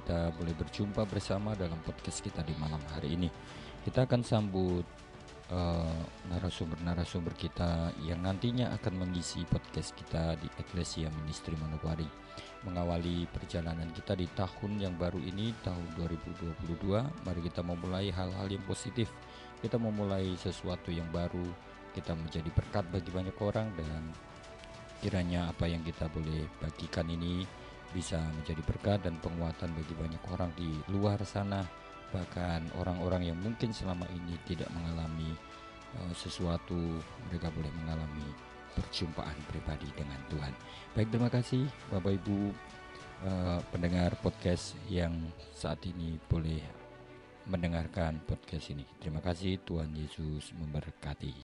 kita boleh berjumpa bersama dalam podcast kita di malam hari ini. Kita akan sambut narasumber-narasumber kita yang nantinya akan mengisi podcast kita di Ecclesia Ministry Manokwari. Mengawali perjalanan kita di tahun yang baru ini, tahun 2022, mari kita memulai hal-hal yang positif. Kita memulai sesuatu yang baru, kita menjadi berkat bagi banyak orang, dan kiranya apa yang kita boleh bagikan ini bisa menjadi berkat dan penguatan bagi banyak orang di luar sana, bahkan orang-orang yang mungkin selama ini tidak mengalami sesuatu, mereka boleh mengalami perjumpaan pribadi dengan Tuhan. Baik, terima kasih Bapak Ibu pendengar podcast yang saat ini boleh mendengarkan podcast ini. Terima kasih, Tuhan Yesus memberkati.